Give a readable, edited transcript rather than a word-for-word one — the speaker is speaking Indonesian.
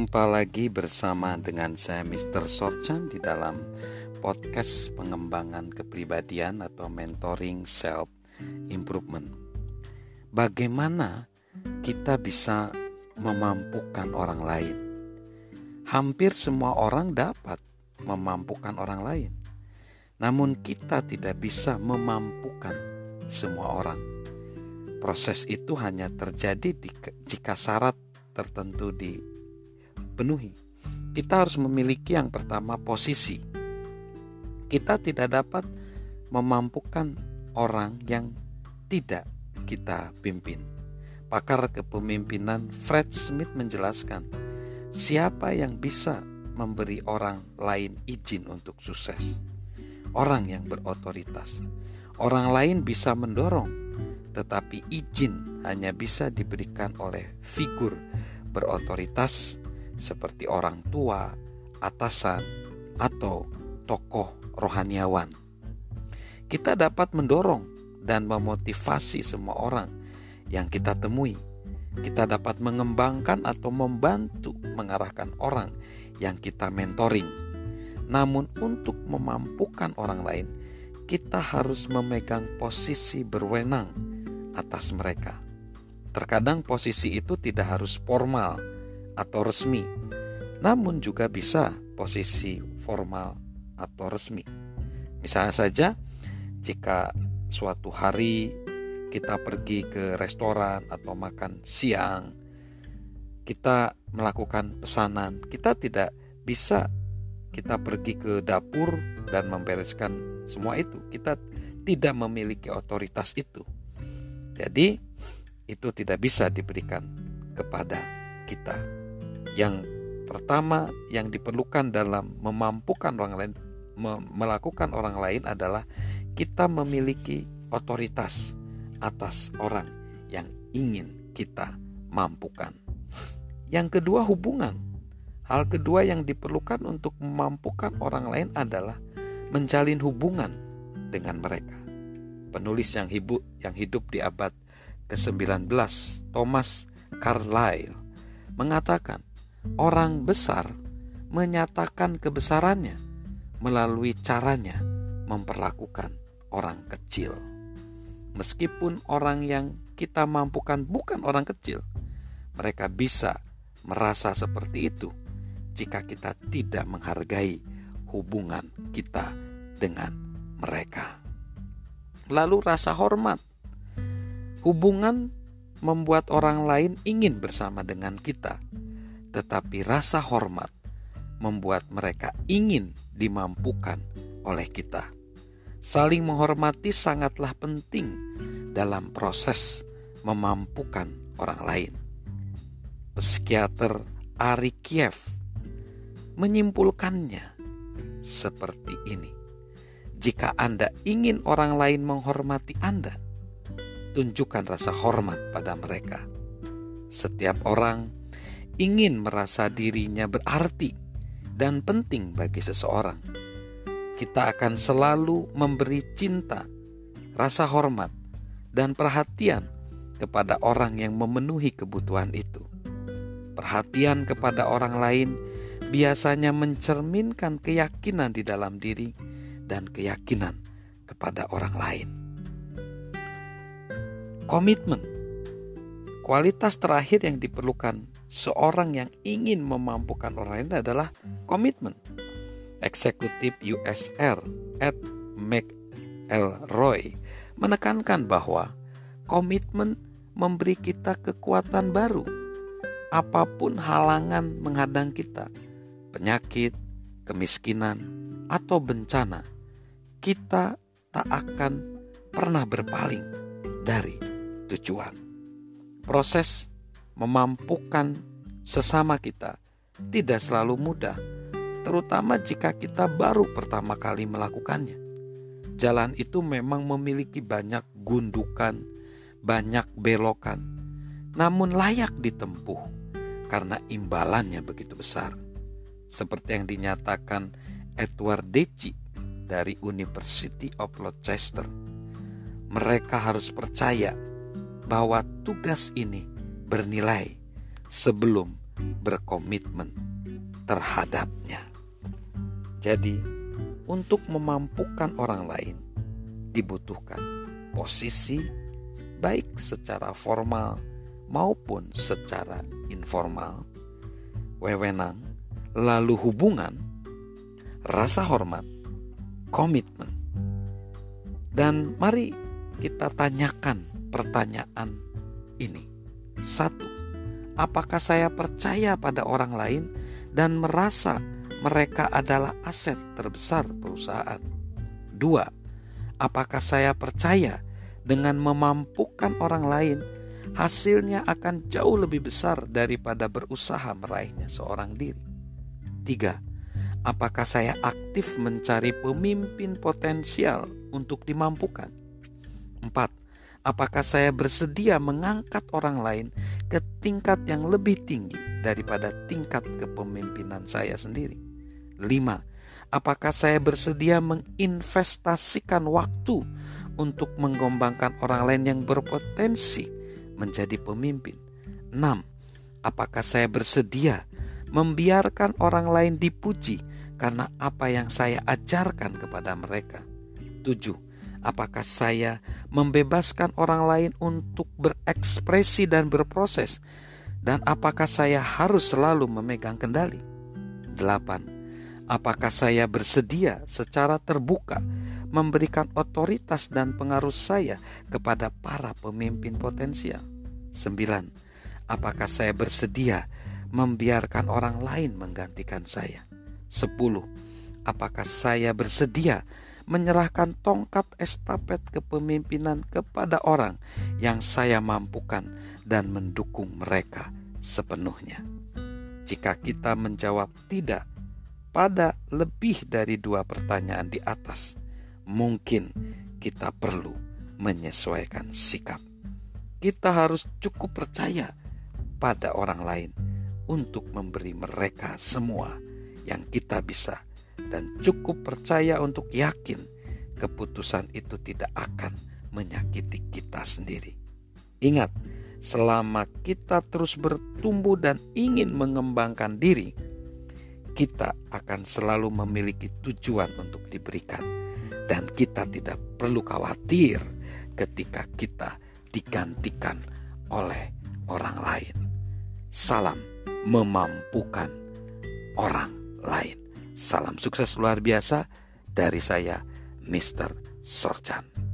Jumpa lagi bersama dengan saya Mr. Sorchan di dalam podcast pengembangan kepribadian atau mentoring self improvement. Bagaimana kita bisa memampukan orang lain? Hampir semua orang dapat memampukan orang lain. Namun kita tidak bisa memampukan semua orang. Proses itu hanya terjadi jika syarat tertentu dipenuhi. Kita harus memiliki yang pertama posisi. Kita tidak dapat memampukan orang yang tidak kita pimpin. Pakar kepemimpinan Fred Smith menjelaskan, siapa yang bisa memberi orang lain izin untuk sukses? Orang yang berotoritas. Orang lain bisa mendorong, tetapi izin hanya bisa diberikan oleh figur berotoritas seperti orang tua, atasan, atau tokoh rohaniawan. Kita dapat mendorong dan memotivasi semua orang yang kita temui. Kita dapat mengembangkan atau membantu mengarahkan orang yang kita mentoring. Namun untuk memampukan orang lain, kita harus memegang posisi berwenang atas mereka. Terkadang posisi itu tidak harus formal atau resmi, namun juga bisa posisi formal atau resmi. Misalnya saja, jika suatu hari kita pergi ke restoran atau makan siang, kita melakukan pesanan, kita tidak bisa kita pergi ke dapur dan membereskan semua itu. Kita tidak memiliki otoritas itu. Jadi itu tidak bisa diberikan kepada kita. Yang pertama yang diperlukan dalam memampukan orang lain, melakukan orang lain adalah kita memiliki otoritas atas orang yang ingin kita mampukan. Yang kedua, hubungan. Hal kedua yang diperlukan untuk memampukan orang lain adalah menjalin hubungan dengan mereka. Penulis yang hidup di abad ke-19, Thomas Carlyle, mengatakan, orang besar menyatakan kebesarannya melalui caranya memperlakukan orang kecil. Meskipun orang yang kita mampukan bukan orang kecil, mereka bisa merasa seperti itu jika kita tidak menghargai hubungan kita dengan mereka. Lalu rasa hormat. Hubungan membuat orang lain ingin bersama dengan kita, tetapi rasa hormat membuat mereka ingin dimampukan oleh kita. Saling menghormati sangatlah penting dalam proses memampukan orang lain. Psikiater Ari Kiev menyimpulkannya seperti ini. Jika Anda ingin orang lain menghormati Anda, tunjukkan rasa hormat pada mereka. Setiap orang ingin merasa dirinya berarti dan penting bagi seseorang. Kita akan selalu memberi cinta, rasa hormat, dan perhatian kepada orang yang memenuhi kebutuhan itu. Perhatian kepada orang lain biasanya mencerminkan keyakinan di dalam diri dan keyakinan kepada orang lain. Komitmen. Kualitas terakhir yang diperlukan seorang yang ingin memampukan orang lain adalah komitmen. Eksekutif USR Ed McElroy menekankan bahwa komitmen memberi kita kekuatan baru. Apapun halangan menghadang kita, penyakit, kemiskinan, atau bencana, kita tak akan pernah berpaling dari tujuan. Proses memampukan sesama kita tidak selalu mudah, terutama jika kita baru pertama kali melakukannya. Jalan itu memang memiliki banyak gundukan, banyak belokan, namun layak ditempuh karena imbalannya begitu besar. Seperti yang dinyatakan Edward Deci dari University of Rochester, mereka harus percaya bahwa tugas ini bernilai sebelum berkomitmen terhadapnya. Jadi, untuk memampukan orang lain dibutuhkan posisi baik secara formal maupun secara informal, wewenang, lalu hubungan, rasa hormat, komitmen. Dan mari kita tanyakan pertanyaan ini. 1. Apakah saya percaya pada orang lain dan merasa mereka adalah aset terbesar perusahaan? 2. Apakah saya percaya dengan memampukan orang lain, hasilnya akan jauh lebih besar daripada berusaha meraihnya seorang diri? 3. Apakah saya aktif mencari pemimpin potensial untuk dimampukan? 4. Apakah saya bersedia mengangkat orang lain ke tingkat yang lebih tinggi daripada tingkat kepemimpinan saya sendiri? 5. Apakah saya bersedia menginvestasikan waktu untuk mengembangkan orang lain yang berpotensi menjadi pemimpin? 6. Apakah saya bersedia membiarkan orang lain dipuji karena apa yang saya ajarkan kepada mereka? 7. Apakah saya membebaskan orang lain untuk berekspresi dan berproses? Dan apakah saya harus selalu memegang kendali? 8. Apakah saya bersedia secara terbuka memberikan otoritas dan pengaruh saya kepada para pemimpin potensial? 9. Apakah saya bersedia membiarkan orang lain menggantikan saya? 10. Apakah saya bersedia menyerahkan tongkat estafet kepemimpinan kepada orang yang saya mampukan dan mendukung mereka sepenuhnya? Jika kita menjawab tidak pada lebih dari 2 pertanyaan di atas, mungkin kita perlu menyesuaikan sikap. Kita harus cukup percaya pada orang lain untuk memberi mereka semua yang kita bisa, dan cukup percaya untuk yakin keputusan itu tidak akan menyakiti kita sendiri. Ingat, selama kita terus bertumbuh dan ingin mengembangkan diri, kita akan selalu memiliki tujuan untuk diberikan, dan kita tidak perlu khawatir ketika kita digantikan oleh orang lain. Salam memampukan orang lain. Salam sukses luar biasa dari saya, Mr. Sorjan.